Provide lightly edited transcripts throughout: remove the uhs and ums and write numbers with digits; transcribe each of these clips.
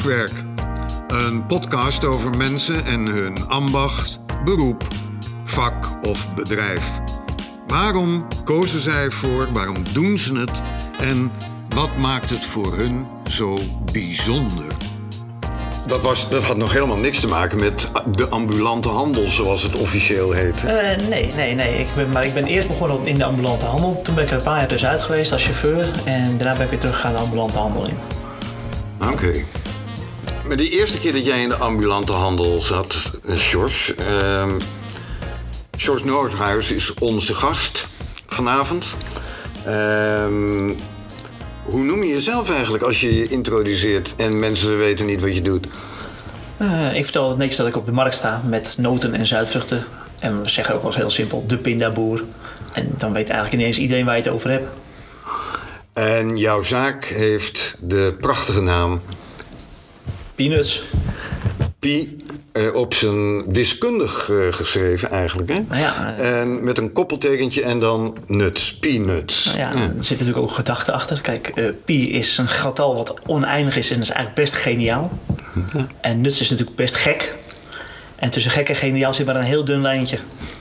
Vakwerk. Een podcast over mensen en hun ambacht, beroep, vak of bedrijf. Waarom kozen zij ervoor? Waarom doen ze het? En wat maakt het voor hun zo bijzonder? Dat had nog helemaal niks te maken met de ambulante handel, zoals het officieel heet. Nee. Ik ben eerst begonnen in de ambulante handel. Toen ben ik er een paar jaar tussenuit geweest als chauffeur. En daarna ben ik weer teruggegaan de ambulante handel in. Oké. Maar die eerste keer dat jij in de ambulante handel zat, Sjors Noordhuis is onze gast vanavond. Hoe noem je jezelf eigenlijk als je je introduceert en mensen weten niet wat je doet? Ik vertel het netjes dat ik op de markt sta met noten en zuidvruchten. En we zeggen ook wel eens heel simpel, de pindaboer. En dan weet eigenlijk ineens iedereen waar je het over hebt. En jouw zaak heeft de prachtige naam... Peanuts. Op zijn wiskundig geschreven eigenlijk, hè? Ja, en met een koppeltekentje en dan nuts, peanuts. Ja, er zit natuurlijk ook gedachte achter. Kijk, pi is een getal wat oneindig is en dat is eigenlijk best geniaal. Ja. En nuts is natuurlijk best gek. En tussen gek en geniaal zit maar een heel dun lijntje.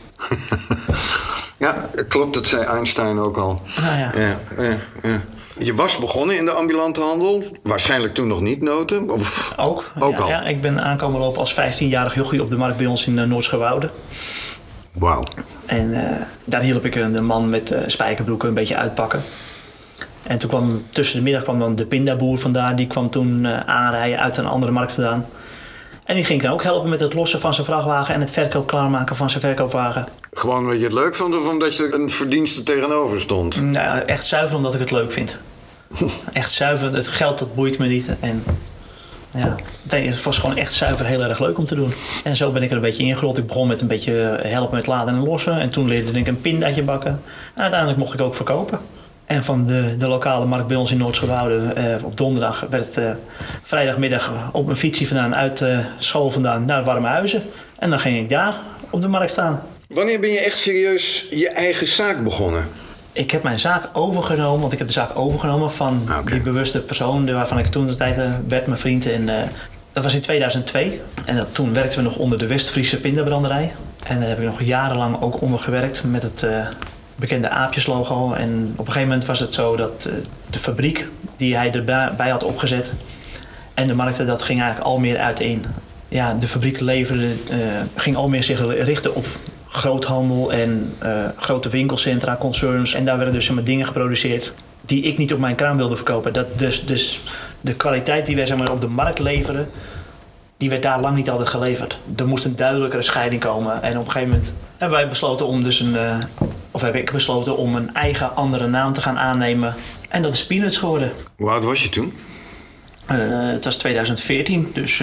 Ja, klopt, dat zei Einstein ook al. Nou ja. Ja. Je was begonnen in de ambulante handel. Waarschijnlijk toen nog niet noten? Of... Ook al? Ja, ik ben aankomen lopen als 15-jarig jochie op de markt bij ons in Noordschouwoude. Wauw. En daar hielp ik een man met spijkerbroeken een beetje uitpakken. En toen kwam tussen de middag dan de pindaboer vandaar. Die kwam toen aanrijden uit een andere markt vandaan. En die ging dan ook helpen met het lossen van zijn vrachtwagen en het verkoop klaarmaken van zijn verkoopwagen. Gewoon omdat je het leuk vond of omdat je een verdienste tegenover stond? Nou, echt zuiver omdat ik het leuk vind. Echt zuiver, het geld dat boeit me niet. En ja, het was gewoon echt zuiver heel erg leuk om te doen. En zo ben ik er een beetje ingerold. Ik begon met een beetje helpen met laden en lossen. En toen leerde ik een pindaatje bakken. En uiteindelijk mocht ik ook verkopen. En van de lokale markt bij ons in Noordschouwoude op donderdag werd het vrijdagmiddag op mijn fietsje vandaan uit school vandaan naar Warmhuizen. En dan ging ik daar op de markt staan. Wanneer ben je echt serieus je eigen zaak begonnen? Ik heb mijn zaak overgenomen, want ik heb de zaak overgenomen van die bewuste persoon waarvan ik toen de tijd werd, mijn vriend. En dat was in 2002. En toen werkten we nog onder de West-Friese pindabranderij. En daar heb ik nog jarenlang ook onder gewerkt met het bekende aapjeslogo. En op een gegeven moment was het zo dat de fabriek die hij erbij had opgezet en de markten, dat ging eigenlijk al meer uiteen. Ja, de fabriek ging al meer zich richten op groothandel en grote winkelcentra, concerns. En daar werden dus dingen geproduceerd die ik niet op mijn kraam wilde verkopen. Dus de kwaliteit die wij op de markt leveren, die werd daar lang niet altijd geleverd. Er moest een duidelijkere scheiding komen. En op een gegeven moment hebben wij besloten heb ik besloten om een eigen andere naam te gaan aannemen. En dat is Peanuts geworden. Hoe oud was je toen? Het was 2014, dus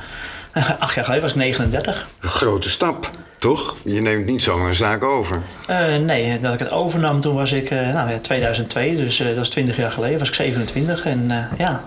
8 jaar geleden was ik 39. Een grote stap, toch? Je neemt niet zomaar een zaak over. Nee, dat ik het overnam toen was ik 2002, dus dat is 20 jaar geleden, was ik 27. En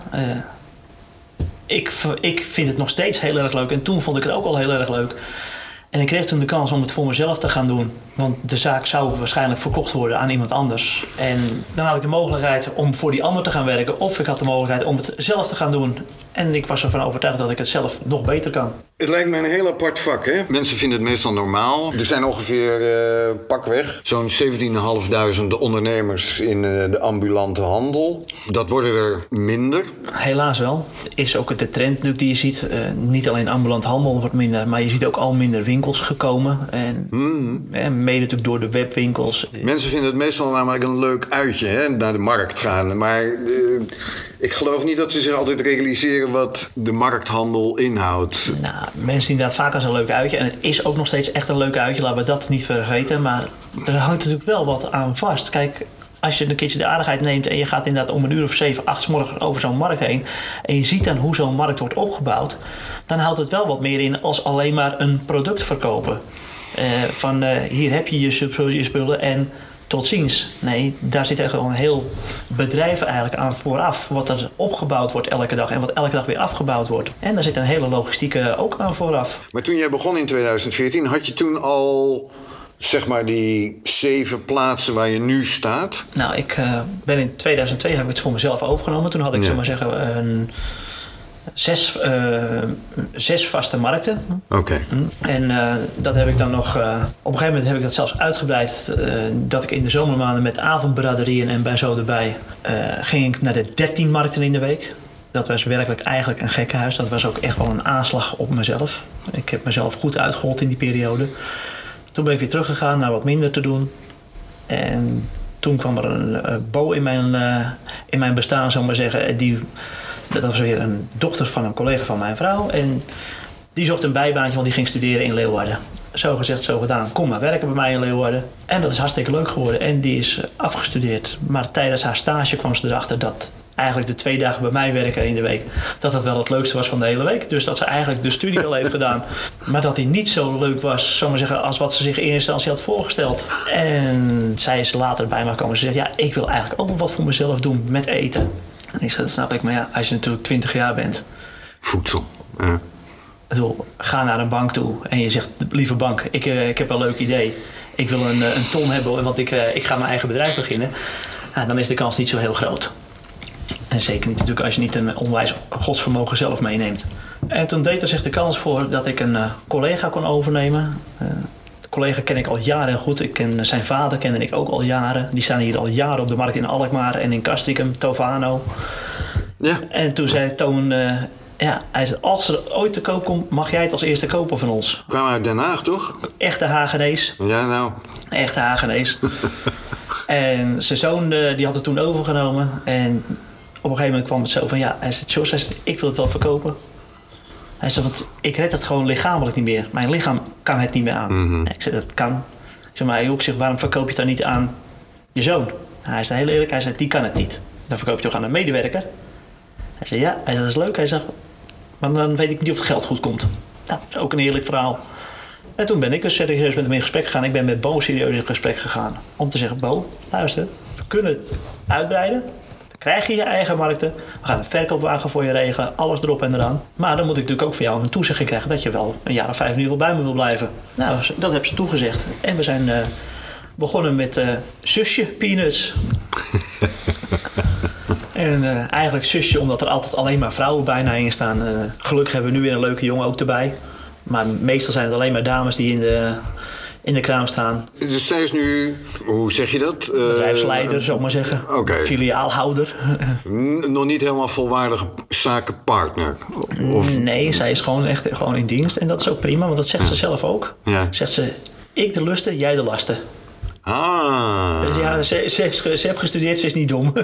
ik vind het nog steeds heel erg leuk. En toen vond ik het ook al heel erg leuk. En ik kreeg toen de kans om het voor mezelf te gaan doen. Want de zaak zou waarschijnlijk verkocht worden aan iemand anders. En dan had ik de mogelijkheid om voor die ander te gaan werken. Of ik had de mogelijkheid om het zelf te gaan doen. En ik was ervan overtuigd dat ik het zelf nog beter kan. Het lijkt me een heel apart vak, hè? Mensen vinden het meestal normaal. Er zijn ongeveer pakweg zo'n 17.500 ondernemers in de ambulante handel. Dat worden er minder. Helaas wel. Is ook de trend natuurlijk die je ziet. Niet alleen ambulante handel wordt minder, maar je ziet ook al minder winkels gekomen. En mede natuurlijk door de webwinkels. Mensen vinden het meestal namelijk een leuk uitje, hè? Naar de markt gaan. Maar ik geloof niet dat ze zich altijd realiseren wat de markthandel inhoudt. Nou, mensen zien dat vaak als een leuk uitje. En het is ook nog steeds echt een leuk uitje, laten we dat niet vergeten. Maar er hangt natuurlijk wel wat aan vast. Kijk, als je een keertje de aardigheid neemt en je gaat inderdaad om 1:00 of 7, 8 's morgens over zo'n markt heen. En je ziet dan hoe zo'n markt wordt opgebouwd. Dan houdt het wel wat meer in als alleen maar een product verkopen. Hier heb je je spullen en tot ziens. Nee, daar zit echt gewoon een heel bedrijf eigenlijk aan vooraf. Wat er opgebouwd wordt elke dag en wat elke dag weer afgebouwd wordt. En daar zit een hele logistiek ook aan vooraf. Maar toen jij begon in 2014, had je toen al zeg maar die 7 plaatsen waar je nu staat? Nou, ik ben in 2002 heb ik het voor mezelf overgenomen. Toen had ik, zeg maar zeggen, 6 vaste markten. Oké. En dat heb ik dan nog... op een gegeven moment heb ik dat zelfs uitgebreid. Dat ik in de zomermaanden met avondbraderieën en bij zo erbij... ging ik naar de 13 markten in de week. Dat was werkelijk eigenlijk een gekkenhuis. Dat was ook echt wel een aanslag op mezelf. Ik heb mezelf goed uitgehold in die periode. Toen ben ik weer teruggegaan naar wat minder te doen. En toen kwam er een Bo in mijn bestaan, zou ik maar zeggen. Dat was weer een dochter van een collega van mijn vrouw. En die zocht een bijbaantje, want die ging studeren in Leeuwarden. Zo gezegd, zo gedaan. Kom maar werken bij mij in Leeuwarden. En dat is hartstikke leuk geworden. En die is afgestudeerd. Maar tijdens haar stage kwam ze erachter dat... eigenlijk de 2 dagen bij mij werken in de week... dat het wel het leukste was van de hele week. Dus dat ze eigenlijk de studie wel heeft gedaan... maar dat die niet zo leuk was, zou maar zeggen... als wat ze zich in eerste instantie had voorgesteld. En zij is later bij me gekomen. Ze zegt, ja, ik wil eigenlijk ook wel wat voor mezelf doen met eten. En ik zeg, dat snap ik. Maar ja, als je natuurlijk 20 jaar bent... Voedsel. Ik bedoel, ga naar een bank toe en je zegt... lieve bank, ik heb een leuk idee. Ik wil een ton hebben, want ik ga mijn eigen bedrijf beginnen. Nou, dan is de kans niet zo heel groot. En zeker niet natuurlijk als je niet een onwijs godsvermogen zelf meeneemt. En toen deed er zich de kans voor dat ik een collega kon overnemen. De collega ken ik al jaren goed. Zijn vader kende ik ook al jaren. Die staan hier al jaren op de markt in Alkmaar en in Castricum, Tovano. Ja. En toen zei Toon... hij zei, als er ooit te koop komt, mag jij het als eerste kopen van ons. Kwamen uit Den Haag, toch? Echte Hagenees. Ja, nou. Echte Hagenees. En zijn zoon die had het toen overgenomen. En op een gegeven moment kwam het zo van... hij zei, Jos, ik wil het wel verkopen. Hij zei, want ik red het gewoon lichamelijk niet meer. Mijn lichaam kan het niet meer aan. Mm-hmm. Ik zei, dat kan. Ik zei, maar ik zeg, waarom verkoop je het dan niet aan je zoon? Hij zei, heel eerlijk, hij zei, die kan het niet. Dan verkoop je toch aan een medewerker? Hij zei, ja, dat is leuk. Hij zegt, maar dan weet ik niet of het geld goed komt. Nou, dat is ook een eerlijk verhaal. En toen ben ik dus serieus met hem in gesprek gegaan. Ik ben met Bo serieus in gesprek gegaan. Om te zeggen, Bo, luister, we kunnen het uitbreiden. Dan krijg je je eigen markten. We gaan een verkoopwagen voor je regelen. Alles erop en eraan. Maar dan moet ik natuurlijk ook van jou een toezegging krijgen... dat je wel een jaar of 5 in ieder geval bij me wil blijven. Nou, dat hebben ze toegezegd. En we zijn begonnen met zusje Peanuts. En eigenlijk zusje, omdat er altijd alleen maar vrouwen bijna in staan. Gelukkig hebben we nu weer een leuke jongen ook erbij. Maar meestal zijn het alleen maar dames die in de kraam staan. Dus zij is nu, hoe zeg je dat? Bedrijfsleider, zou ik maar zeggen. Okay. Filiaalhouder. Nog niet helemaal volwaardige zakenpartner? Of... Nee, zij is gewoon echt in dienst. En dat is ook prima, want dat zegt ze zelf ook. Ja. Zegt ze, ik de lusten, jij de lasten. Ah. Dus ja, ze heeft gestudeerd, ze is niet dom.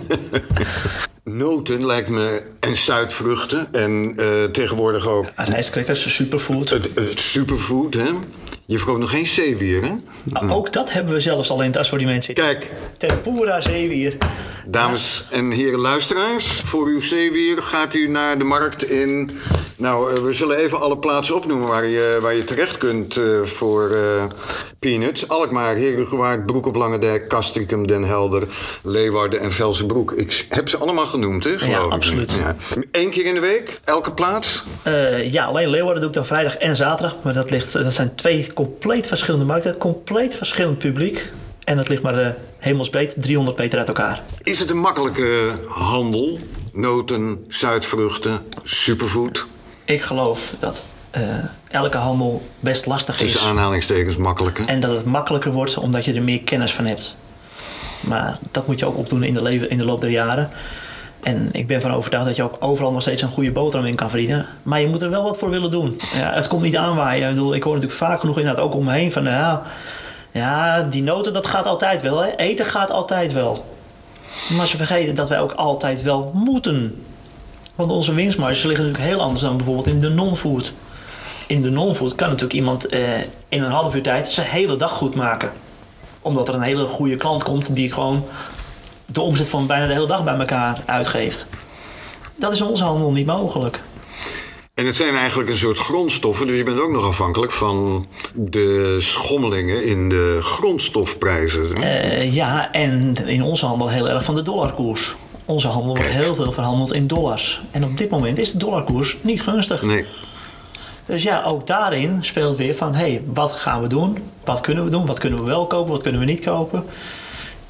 Noten lijkt me en zuidvruchten en tegenwoordig ook... Rijstcrackers, superfood. Het superfood, hè? Je verkoopt nog geen zeewier, hè? Ook dat hebben we zelfs al in tas voor die mensen. Kijk. Tempura zeewier. Dames en heren luisteraars, voor uw zeewier gaat u naar de markt in... Nou, we zullen even alle plaatsen opnoemen waar je terecht kunt voor Peanuts. Alkmaar, Herugewaard, Broek op Langendijk, Castricum, Den Helder, Leeuwarden en Velsenbroek. Ik heb ze allemaal genoemd, hè, geloof ik. Absoluut. Ja. 1 keer in de week, elke plaats? Alleen Leeuwarden doe ik dan vrijdag en zaterdag. Maar dat zijn 2 compleet verschillende markten, compleet verschillend publiek. En dat ligt maar hemelsbreed 300 meter uit elkaar. Is het een makkelijke handel? Noten, zuidvruchten, superfood? Ik geloof dat elke handel best lastig is. Tussen aanhalingstekens makkelijker. En dat het makkelijker wordt omdat je er meer kennis van hebt. Maar dat moet je ook opdoen in de loop der jaren. En ik ben van overtuigd dat je ook overal nog steeds een goede boterham in kan verdienen. Maar je moet er wel wat voor willen doen. Ja, het komt niet aanwaaien. Ik hoor natuurlijk vaak genoeg inderdaad ook om me heen van... Ja, die noten, dat gaat altijd wel. Hè? Eten gaat altijd wel. Maar ze vergeten dat wij ook altijd wel moeten. Want onze winstmarges liggen natuurlijk heel anders dan bijvoorbeeld in de non-food. In de non-food kan natuurlijk iemand in een half uur tijd zijn hele dag goed maken. Omdat er een hele goede klant komt die gewoon de omzet van bijna de hele dag bij elkaar uitgeeft. Dat is in onze handel niet mogelijk. En het zijn eigenlijk een soort grondstoffen, dus je bent ook nog afhankelijk van de schommelingen in de grondstofprijzen. Ja, en in onze handel heel erg van de dollarkoers. Onze handel wordt heel veel verhandeld in dollars. En op dit moment is de dollarkoers niet gunstig. Nee. Dus ja, ook daarin speelt weer van... wat gaan we doen? Wat kunnen we doen? Wat kunnen we wel kopen? Wat kunnen we niet kopen?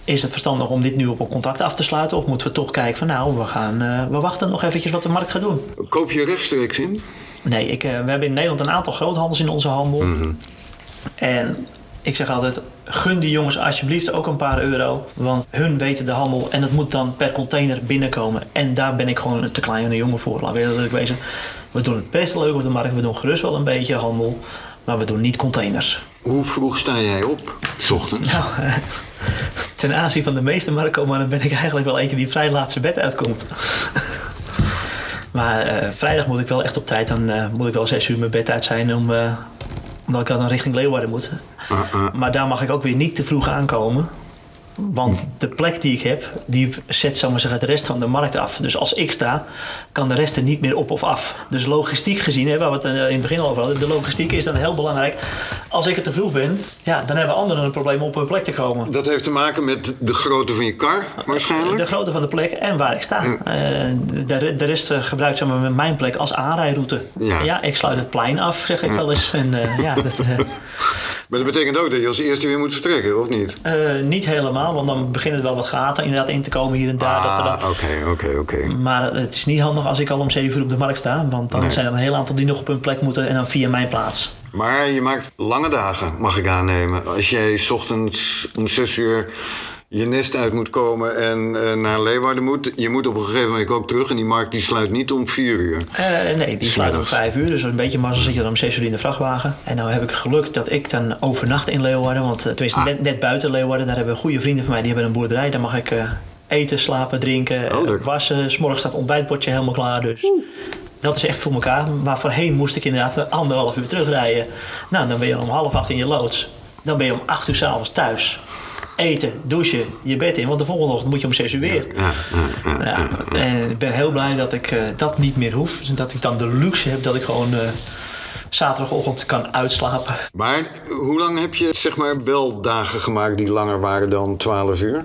is het verstandig om dit nu op een contract af te sluiten? Of moeten we toch kijken van we wachten nog eventjes wat de markt gaat doen? Koop je rechtstreeks in? Nee, we hebben in Nederland een aantal groothandels in onze handel. Mm-hmm. En ik zeg altijd, gun die jongens alsjeblieft ook een paar euro. Want hun weten de handel en het moet dan per container binnenkomen. En daar ben ik gewoon een te kleine jongen voor. Laat ik wezen. We doen het best leuk op de markt. We doen gerust wel een beetje handel. Maar we doen niet containers. Hoe vroeg sta jij op, 's ochtends? Nou, ten aanzien van de meeste marktkoopmannen ben ik eigenlijk wel eentje die vrij laat zijn bed uitkomt. Maar vrijdag moet ik wel echt op tijd. Dan moet ik wel 6 uur mijn bed uit zijn omdat ik dan richting Leeuwarden moet. Maar daar mag ik ook weer niet te vroeg aankomen. Want de plek die ik heb, die zet zomaar zeggen, de rest van de markt af. Dus als ik sta, kan de rest er niet meer op of af. Dus logistiek gezien, waar we het in het begin al over hadden, de logistiek is dan heel belangrijk. Als ik er te vroeg ben, dan hebben anderen een probleem op hun plek te komen. Dat heeft te maken met de grootte van je kar, waarschijnlijk? De grootte van de plek en waar ik sta. De rest gebruikt zeg maar, met mijn plek als aanrijroute. Ja, ik sluit het plein af, zeg ik wel eens. En, maar dat betekent ook dat je als eerste weer moet vertrekken, of niet? Niet helemaal, want dan beginnen er wel wat gaten inderdaad in te komen hier en daar. Oké. Maar het is niet handig als ik al om 7 uur op de markt sta. Want dan zijn er een heel aantal die nog op hun plek moeten en dan via mijn plaats. Maar je maakt lange dagen, mag ik aannemen. Als jij 's ochtends om 6 uur je nest uit moet komen en naar Leeuwarden moet. Je moet op een gegeven moment ook terug en die markt die sluit niet om 4 uur. Nee, die sluit om 5 uur. Dus een beetje mazzel zit je dan om 6 uur in de vrachtwagen. En nou heb ik geluk dat ik dan overnacht in Leeuwarden. Want tenminste net buiten Leeuwarden. Daar hebben goede vrienden van mij, die hebben een boerderij. Daar mag ik eten, slapen, drinken, wassen. 's Morgens staat het ontbijtbordje helemaal klaar. Dus dat is echt voor elkaar. Maar voorheen moest ik inderdaad 1,5 uur terugrijden. Nou, dan ben je om 7:30 in je loods. Dan ben je om 8 uur 's avonds thuis. Eten, douchen, je bed in. Want de volgende ochtend moet je om 6 uur weer. En ik ben heel blij dat ik dat niet meer hoef. Dat ik dan de luxe heb dat ik gewoon zaterdagochtend kan uitslapen. Maar hoe lang heb je zeg maar wel dagen gemaakt die langer waren dan 12 uur?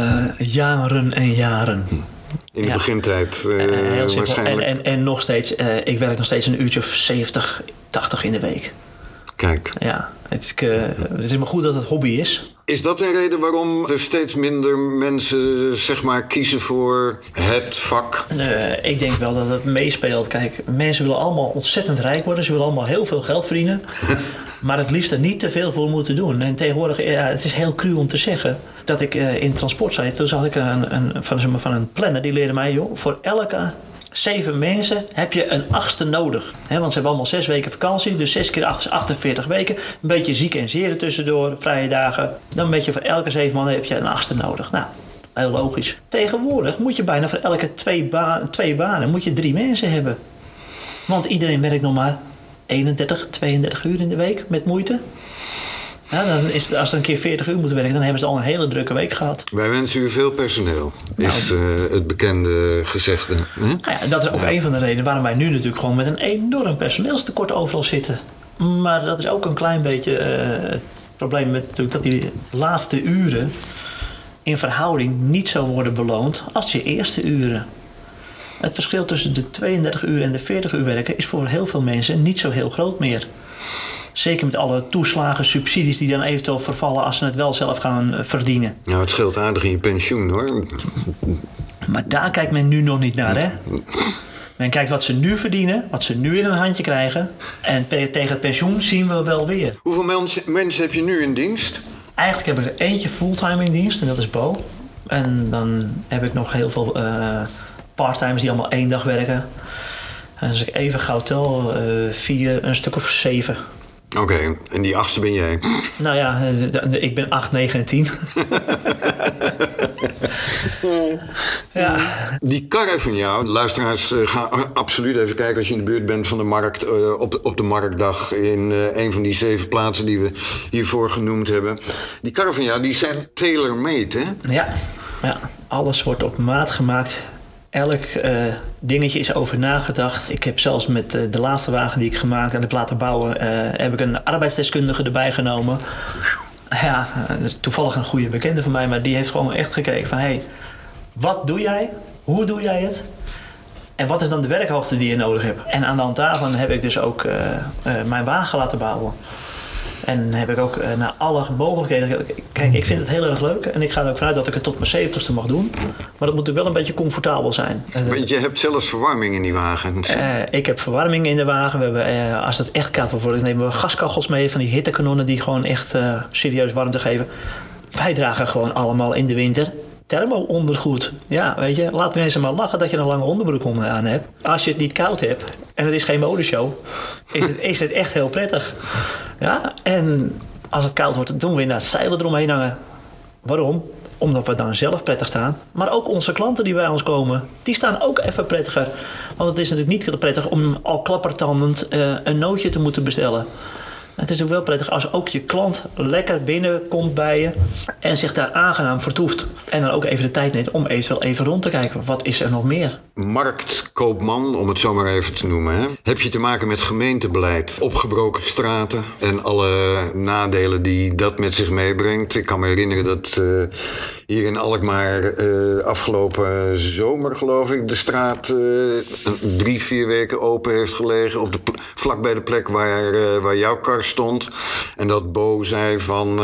Jaren en jaren. In de begintijd heel simpel. waarschijnlijk. En nog steeds, ik werk nog steeds een uurtje of 70, 80 in de week. Kijk. Ja, het is maar goed dat het hobby is. Is dat een reden waarom er steeds minder mensen zeg maar kiezen voor het vak? Ik denk wel dat het meespeelt. Kijk, mensen willen allemaal ontzettend rijk worden. Ze willen allemaal heel veel geld verdienen. Maar het liefst er niet te veel voor moeten doen. En tegenwoordig, het is heel cru om te zeggen dat ik in transport zat. Toen zag ik van een planner, die leerde mij, joh, voor elke 7 mensen heb je een 8e nodig. Want ze hebben allemaal 6 weken vakantie. Dus 6 keer 8 is 48 weken. Een beetje zieken en zeren tussendoor, vrije dagen. Dan weet je, voor elke 7 man heb je een 8e nodig. Nou, heel logisch. Tegenwoordig moet je bijna voor elke 2 banen moet je 3 mensen hebben. Want iedereen werkt nog maar 31, 32 uur in de week met moeite. Ja, dan is het, als ze een keer 40 uur moeten werken, dan hebben ze al een hele drukke week gehad. Wij wensen u veel personeel, is het bekende gezegde. Nou ja, dat is ook een van de redenen waarom wij nu natuurlijk gewoon met een enorm personeelstekort overal zitten. Maar dat is ook een klein beetje het probleem met natuurlijk dat die laatste uren in verhouding niet zo worden beloond als je eerste uren. Het verschil tussen de 32 uur en de 40 uur werken is voor heel veel mensen niet zo heel groot meer. Zeker met alle toeslagen, subsidies die dan eventueel vervallen als ze het wel zelf gaan verdienen. Nou, het scheelt aardig in je pensioen, hoor. Maar daar kijkt men nu nog niet naar, hè? Men kijkt wat ze nu verdienen, wat ze nu in een handje krijgen. En tegen het pensioen zien we wel weer. Hoeveel mensen heb je nu in dienst? Eigenlijk heb ik er eentje fulltime in dienst en dat is Bo. En dan heb ik nog heel veel parttimers die allemaal 1 dag werken. En als ik even gauw tel, 4, een stuk of 7. Oké, en die 8e ben jij? Nou ja, ik ben 8, 9 en 10. Ja. Die karren van jou, luisteraars, ga absoluut even kijken als je in de buurt bent van de markt, op de marktdag in een van die 7 plaatsen die we hiervoor genoemd hebben. Die karren van jou, die zijn tailor-made, hè? Ja, alles wordt op maat gemaakt. Elk dingetje is over nagedacht. Ik heb zelfs met de laatste wagen die ik gemaakt en heb laten bouwen, heb ik een arbeidsdeskundige erbij genomen. Ja, toevallig een goede bekende van mij, maar die heeft gewoon echt gekeken van, hey, wat doe jij? Hoe doe jij het? En wat is dan de werkhoogte die je nodig hebt? En aan de hand daarvan heb ik dus ook mijn wagen laten bouwen. En heb ik ook naar alle mogelijkheden... Kijk, ik vind het heel erg leuk. En ik ga er ook vanuit dat ik het tot mijn 70ste mag doen. Maar dat moet wel een beetje comfortabel zijn. Want je hebt zelfs verwarming in die wagen. Ik heb verwarming in de wagen. We hebben, als het echt koud wordt, nemen we gaskachels mee. Van die hittekanonnen die gewoon echt serieus warmte geven. Wij dragen gewoon allemaal in de winter thermo-ondergoed. Ja, weet je, laat mensen maar lachen dat je een lange onderbroek aan hebt. Als je het niet koud hebt en het is geen modeshow, is het echt heel prettig. Ja, en als het koud wordt, doen we inderdaad zeilen eromheen hangen. Waarom? Omdat we dan zelf prettig staan. Maar ook onze klanten die bij ons komen, die staan ook even prettiger. Want het is natuurlijk niet prettig om al klappertandend een nootje te moeten bestellen. Het is ook wel prettig als ook je klant lekker binnenkomt bij je en zich daar aangenaam vertoeft. En dan ook even de tijd neemt om eventueel even rond te kijken. Wat is er nog meer? Marktkoopman, om het zo maar even te noemen. Hè? Heb je te maken met gemeentebeleid, opgebroken straten en alle nadelen die dat met zich meebrengt. Ik kan me herinneren dat hier in Alkmaar afgelopen zomer, geloof ik, de straat 3-4 weken open heeft gelegen op vlak bij de plek waar jouw kar stond. En dat Bo zei van,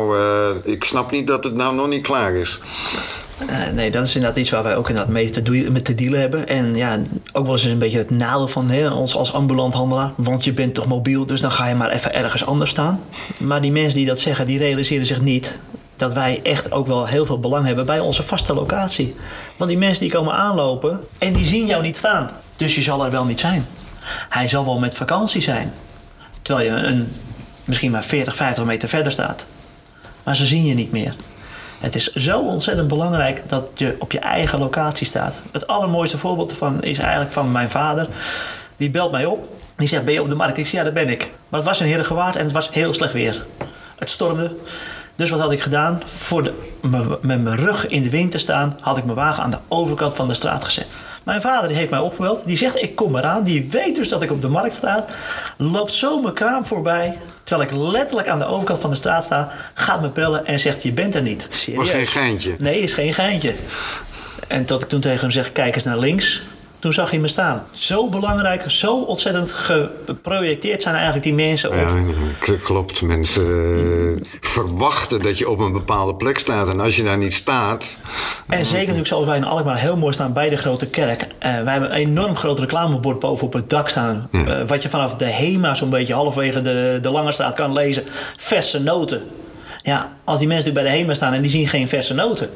ik snap niet dat het nou nog niet klaar is. Nee, dat is inderdaad iets waar wij ook inderdaad mee te dealen hebben. En ja, ook wel eens een beetje het nadeel van ons als ambulant handelaar. Want je bent toch mobiel, dus dan ga je maar even ergens anders staan. Maar die mensen die dat zeggen, die realiseren zich niet dat wij echt ook wel heel veel belang hebben bij onze vaste locatie. Want die mensen die komen aanlopen en die zien jou niet staan. Dus je zal er wel niet zijn. Hij zal wel met vakantie zijn. Terwijl je misschien maar 40, 50 meter verder staat. Maar ze zien je niet meer. Het is zo ontzettend belangrijk dat je op je eigen locatie staat. Het allermooiste voorbeeld ervan is eigenlijk van mijn vader. Die belt mij op. Die zegt, ben je op de markt? Ik zeg, ja, daar ben ik. Maar het was in Heerdegewaard en het was heel slecht weer. Het stormde. Dus wat had ik gedaan? Met mijn rug in de wind te staan, had ik mijn wagen aan de overkant van de straat gezet. Mijn vader die heeft mij opgebeld. Die zegt, ik kom eraan. Die weet dus dat ik op de markt sta. Loopt zo mijn kraam voorbij. Terwijl ik letterlijk aan de overkant van de straat sta. Gaat me bellen en zegt, je bent er niet. Serieus. Was geen geintje? Nee, is geen geintje. En tot ik toen tegen hem zeg, kijk eens naar links. Toen zag hij me staan. Zo belangrijk, zo ontzettend geprojecteerd zijn eigenlijk die mensen op. Ja, klopt. Mensen verwachten dat je op een bepaalde plek staat. En als je daar niet staat... En zeker natuurlijk zoals wij in Alkmaar heel mooi staan bij de grote kerk. Wij hebben een enorm groot reclamebord boven op het dak staan. Ja. Wat je vanaf de HEMA zo'n beetje halverwege de Lange Straat kan lezen. Verse noten. Ja, als die mensen natuurlijk bij de HEMA staan en die zien geen verse noten.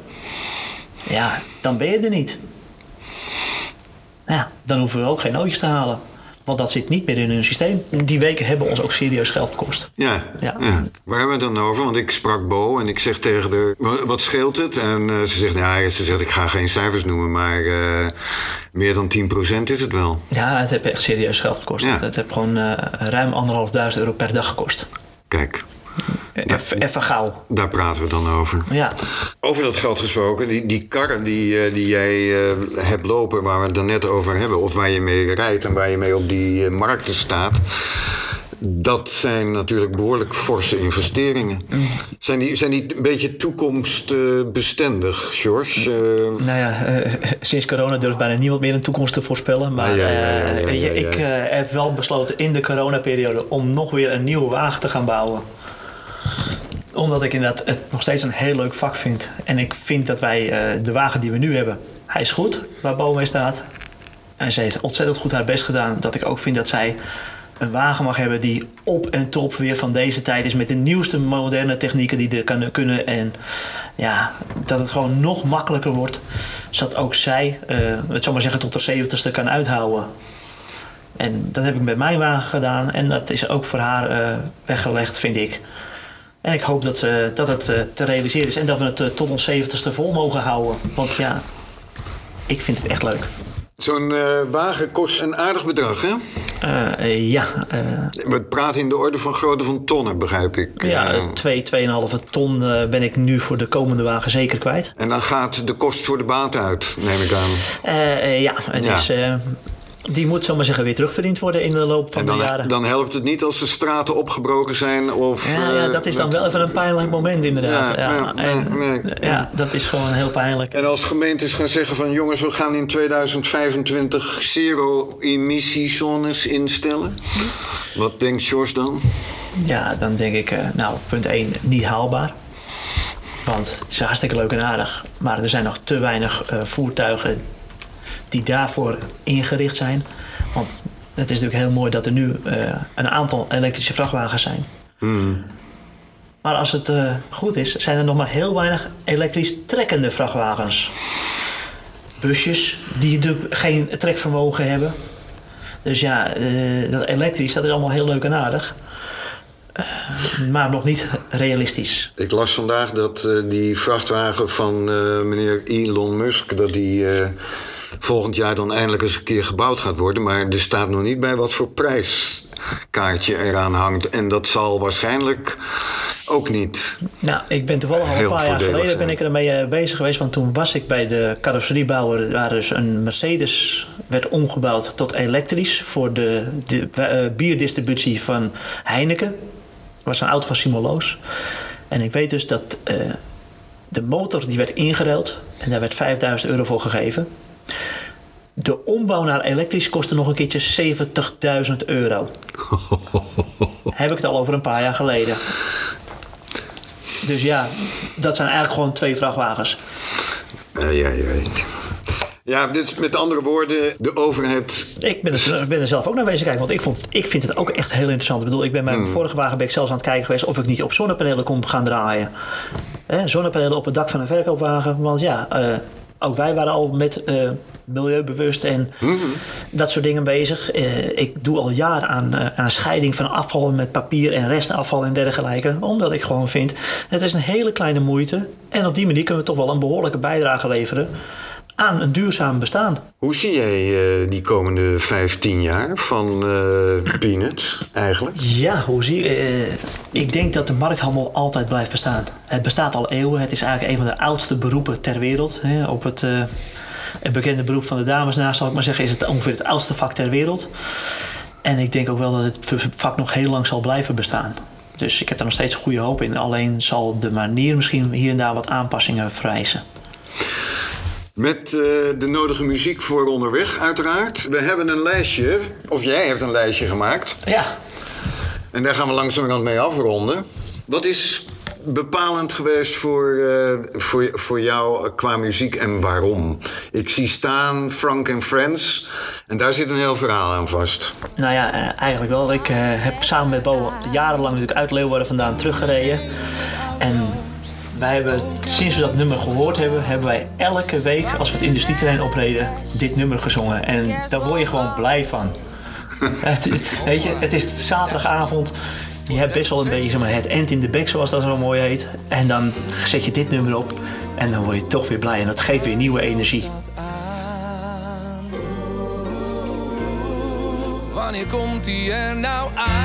Ja, dan ben je er niet. Ja, dan hoeven we ook geen nootjes te halen. Want dat zit niet meer in hun systeem. Die weken hebben ons ook serieus geld gekost. Ja. Waar hebben we het dan over? Want ik sprak Bo en ik zeg tegen haar, wat scheelt het? En ze zegt, ik ga geen cijfers noemen, maar meer dan 10% is het wel. Ja, het heeft echt serieus geld gekost. Ja. Het heeft gewoon ruim €1.500 per dag gekost. Kijk. Even gauw. Daar praten we dan over. Ja. Over dat geld gesproken, die karren die jij hebt lopen, waar we het dan net over hebben, of waar je mee rijdt en waar je mee op die markten staat, dat zijn natuurlijk behoorlijk forse investeringen. Zijn die een beetje toekomstbestendig, George? Sinds corona durft bijna niemand meer een toekomst te voorspellen. Maar ik heb wel besloten in de coronaperiode om nog weer een nieuwe wagen te gaan bouwen. Omdat ik inderdaad het nog steeds een heel leuk vak vind. En ik vind dat wij de wagen die we nu hebben, hij is goed waar Bo mee staat. En ze heeft ontzettend goed haar best gedaan. Dat ik ook vind dat zij een wagen mag hebben die op en top weer van deze tijd is. Met de nieuwste moderne technieken die er kunnen. En ja, dat het gewoon nog makkelijker wordt. Zodat ook zij, het zal maar zeggen, tot de 70ste kan uithouden. En dat heb ik met mijn wagen gedaan. En dat is ook voor haar weggelegd, vind ik. En ik hoop dat het te realiseren is. En dat we het tot ons 70ste vol mogen houden. Want ja, ik vind het echt leuk. Zo'n wagen kost een aardig bedrag, hè? Ja. We praten in de orde van grootte van tonnen, begrijp ik. Ja, 2,5 ton ben ik nu voor de komende wagen zeker kwijt. En dan gaat de kost voor de baat uit, neem ik aan. Het is... Die moet, zomaar zeggen, weer terugverdiend worden in de loop van de jaren. Dan helpt het niet als de straten opgebroken zijn? Of, dat is dan wel even een pijnlijk moment inderdaad. Ja, dat is gewoon heel pijnlijk. En als gemeentes gaan zeggen van jongens, we gaan in 2025 zero-emissiezones instellen. Wat denkt George dan? Ja, dan denk ik, punt 1, niet haalbaar. Want het is hartstikke leuk en aardig. Maar er zijn nog te weinig voertuigen die daarvoor ingericht zijn. Want het is natuurlijk heel mooi dat er nu een aantal elektrische vrachtwagens zijn. Maar als het goed is, zijn er nog maar heel weinig elektrisch trekkende vrachtwagens. Busjes die natuurlijk geen trekvermogen hebben. Dus ja, dat elektrisch, dat is allemaal heel leuk en aardig. Maar nog niet realistisch. Ik las vandaag dat die vrachtwagen van meneer Elon Musk, dat die volgend jaar dan eindelijk eens een keer gebouwd gaat worden. Maar er staat nog niet bij wat voor prijskaartje eraan hangt. En dat zal waarschijnlijk ook niet. Nou, ik ben toevallig al een paar jaar geleden ben ik ermee bezig geweest. Want toen was ik bij de carrosseriebouwer, waar dus een Mercedes werd omgebouwd tot elektrisch voor de bierdistributie van Heineken. Dat was een auto van Simon Loos. En ik weet dus dat de motor die werd ingeruild en daar werd €5.000 voor gegeven. De ombouw naar elektrisch kostte nog een keertje €70.000. Heb ik het al over een paar jaar geleden. Dus ja, dat zijn eigenlijk gewoon 2 vrachtwagens. Ja, dus met andere woorden, de overheid. Ik ben er zelf ook naar wezen kijken, want ik vind het ook echt heel interessant. Ik bedoel, ik ben bij mijn vorige wagen ben ik zelfs aan het kijken geweest of ik niet op zonnepanelen kon gaan draaien. Zonnepanelen op het dak van een verkoopwagen. Want ja, ook wij waren al met milieubewust en dat soort dingen bezig. Ik doe al jaren aan scheiding van afval met papier en restafval en dergelijke. Omdat ik gewoon vind, het is een hele kleine moeite. En op die manier kunnen we toch wel een behoorlijke bijdrage leveren aan een duurzaam bestaan. Hoe zie jij die komende 15 jaar van Peanuts eigenlijk? Ja, hoe zie je? Ik denk dat de markthandel altijd blijft bestaan. Het bestaat al eeuwen. Het is eigenlijk een van de oudste beroepen ter wereld. Op het bekende beroep van de dames na, zal ik maar zeggen, is het ongeveer het oudste vak ter wereld. En ik denk ook wel dat het vak nog heel lang zal blijven bestaan. Dus ik heb daar nog steeds goede hoop in. Alleen zal de manier misschien hier en daar wat aanpassingen vereisen. Met de nodige muziek voor onderweg, uiteraard. We hebben een lijstje, of jij hebt een lijstje gemaakt. Ja. En daar gaan we langzamerhand mee afronden. Wat is bepalend geweest voor jou qua muziek en waarom? Ik zie staan Frank & Friends en daar zit een heel verhaal aan vast. Nou ja, eigenlijk wel. Ik heb samen met Bo jarenlang natuurlijk uit Leeuwarden vandaan teruggereden. En wij hebben, sinds we dat nummer gehoord hebben, hebben wij elke week als we het industrieterrein opreden dit nummer gezongen. En daar word je gewoon blij van. Weet je, het is zaterdagavond. Je hebt best wel een beetje het end in de bek, zoals dat zo mooi heet. En dan zet je dit nummer op en dan word je toch weer blij. En dat geeft weer nieuwe energie. Wanneer komt die er nou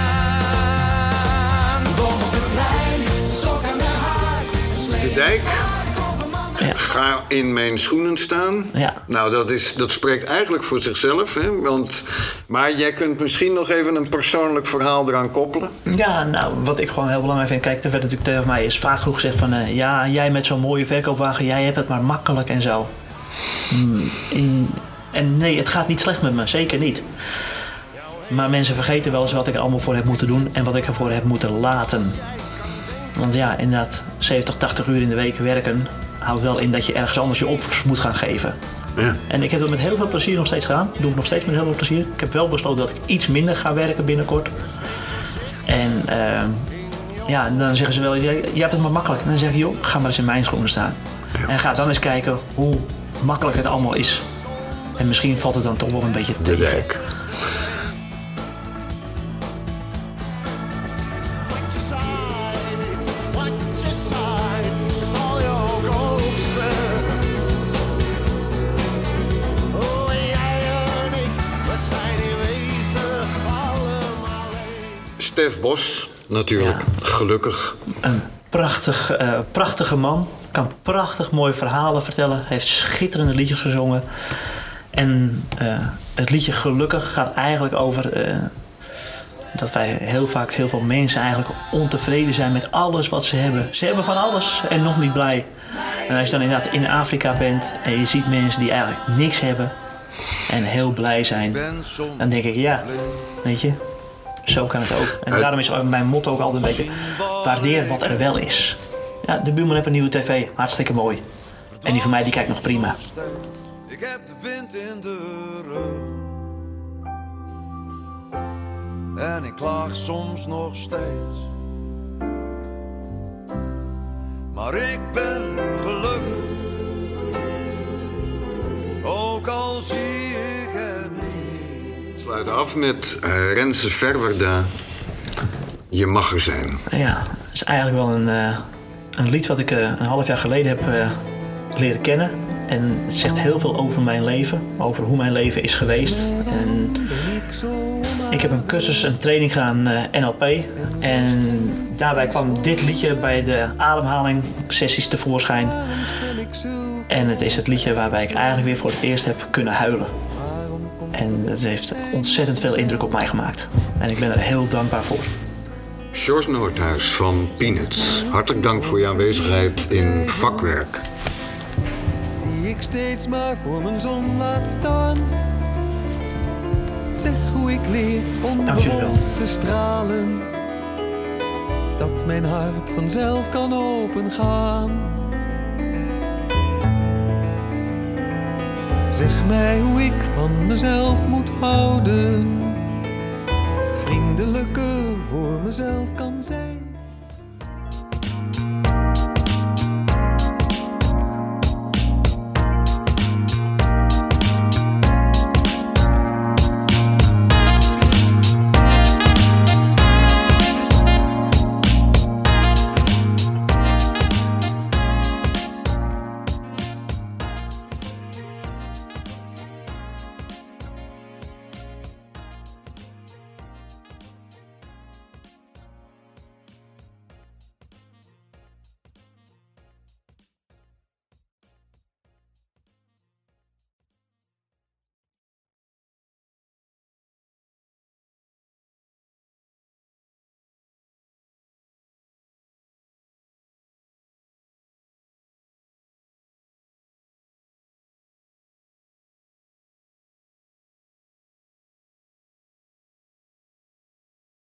aan? Kom op het plein, sok aan de haard. De dijk. Ja. Ga in mijn schoenen staan. Ja. Nou, dat spreekt eigenlijk voor zichzelf. Hè? Maar jij kunt misschien nog even een persoonlijk verhaal eraan koppelen. Ja, nou, wat ik gewoon heel belangrijk vind. Kijk, er werd natuurlijk tegen mij is vaak genoeg gezegd van... ja, jij met zo'n mooie verkoopwagen, jij hebt het maar makkelijk en zo. En nee, het gaat niet slecht met me. Zeker niet. Maar mensen vergeten wel eens wat ik er allemaal voor heb moeten doen... en wat ik ervoor heb moeten laten. Want ja, inderdaad, 70, 80 uur in de week werken... houdt wel in dat je ergens anders je op moet gaan geven. Ja. En ik heb dat met heel veel plezier nog steeds gedaan. Dat doe ik nog steeds met heel veel plezier. Ik heb wel besloten dat ik iets minder ga werken binnenkort. En ja, dan zeggen ze wel, jij hebt het maar makkelijk. En dan zeg je, joh, ga maar eens in mijn schoenen staan. Ja. En ga dan eens kijken hoe makkelijk het allemaal is. En misschien valt het dan toch wel een beetje tegen. De dijk. Stef Bos, natuurlijk, ja. Gelukkig. Een prachtige man. Kan prachtig mooie verhalen vertellen. Heeft schitterende liedjes gezongen. En het liedje Gelukkig gaat eigenlijk over... dat wij heel vaak, heel veel mensen eigenlijk ontevreden zijn met alles wat ze hebben. Ze hebben van alles en nog niet blij. En als je dan inderdaad in Afrika bent en je ziet mensen die eigenlijk niks hebben... en heel blij zijn, dan denk ik, ja, weet je... Zo kan het ook. En daarom is mijn motto ook altijd een beetje... waardeer wat er wel is. Ja, de buurman heeft een nieuwe tv. Hartstikke mooi. En die van mij die kijkt nog prima. Ik heb de wind in de rug. En ik klaag soms nog steeds. Maar ik ben gelukkig. Ook al zie ik het niet. We sluiten af met Renze Verwerda. Je mag er zijn. Ja, dat is eigenlijk wel een lied wat ik een half jaar geleden heb leren kennen. En het zegt heel veel over mijn leven. Over hoe mijn leven is geweest. En ik heb een cursus, een training gedaan, NLP. En daarbij kwam dit liedje bij de ademhalingssessies tevoorschijn. En het is het liedje waarbij ik eigenlijk weer voor het eerst heb kunnen huilen. En dat heeft ontzettend veel indruk op mij gemaakt. En ik ben er heel dankbaar voor. Sjors Noordhuis van Peanuts. Hartelijk dank voor je aanwezigheid in Vakwerk. Die ik steeds maar voor mijn zon laat staan. Zeg hoe ik leer onbewolkt te stralen. Dat mijn hart vanzelf kan opengaan. Zeg mij hoe ik van mezelf moet houden. Vriendelijker voor mezelf kan zijn.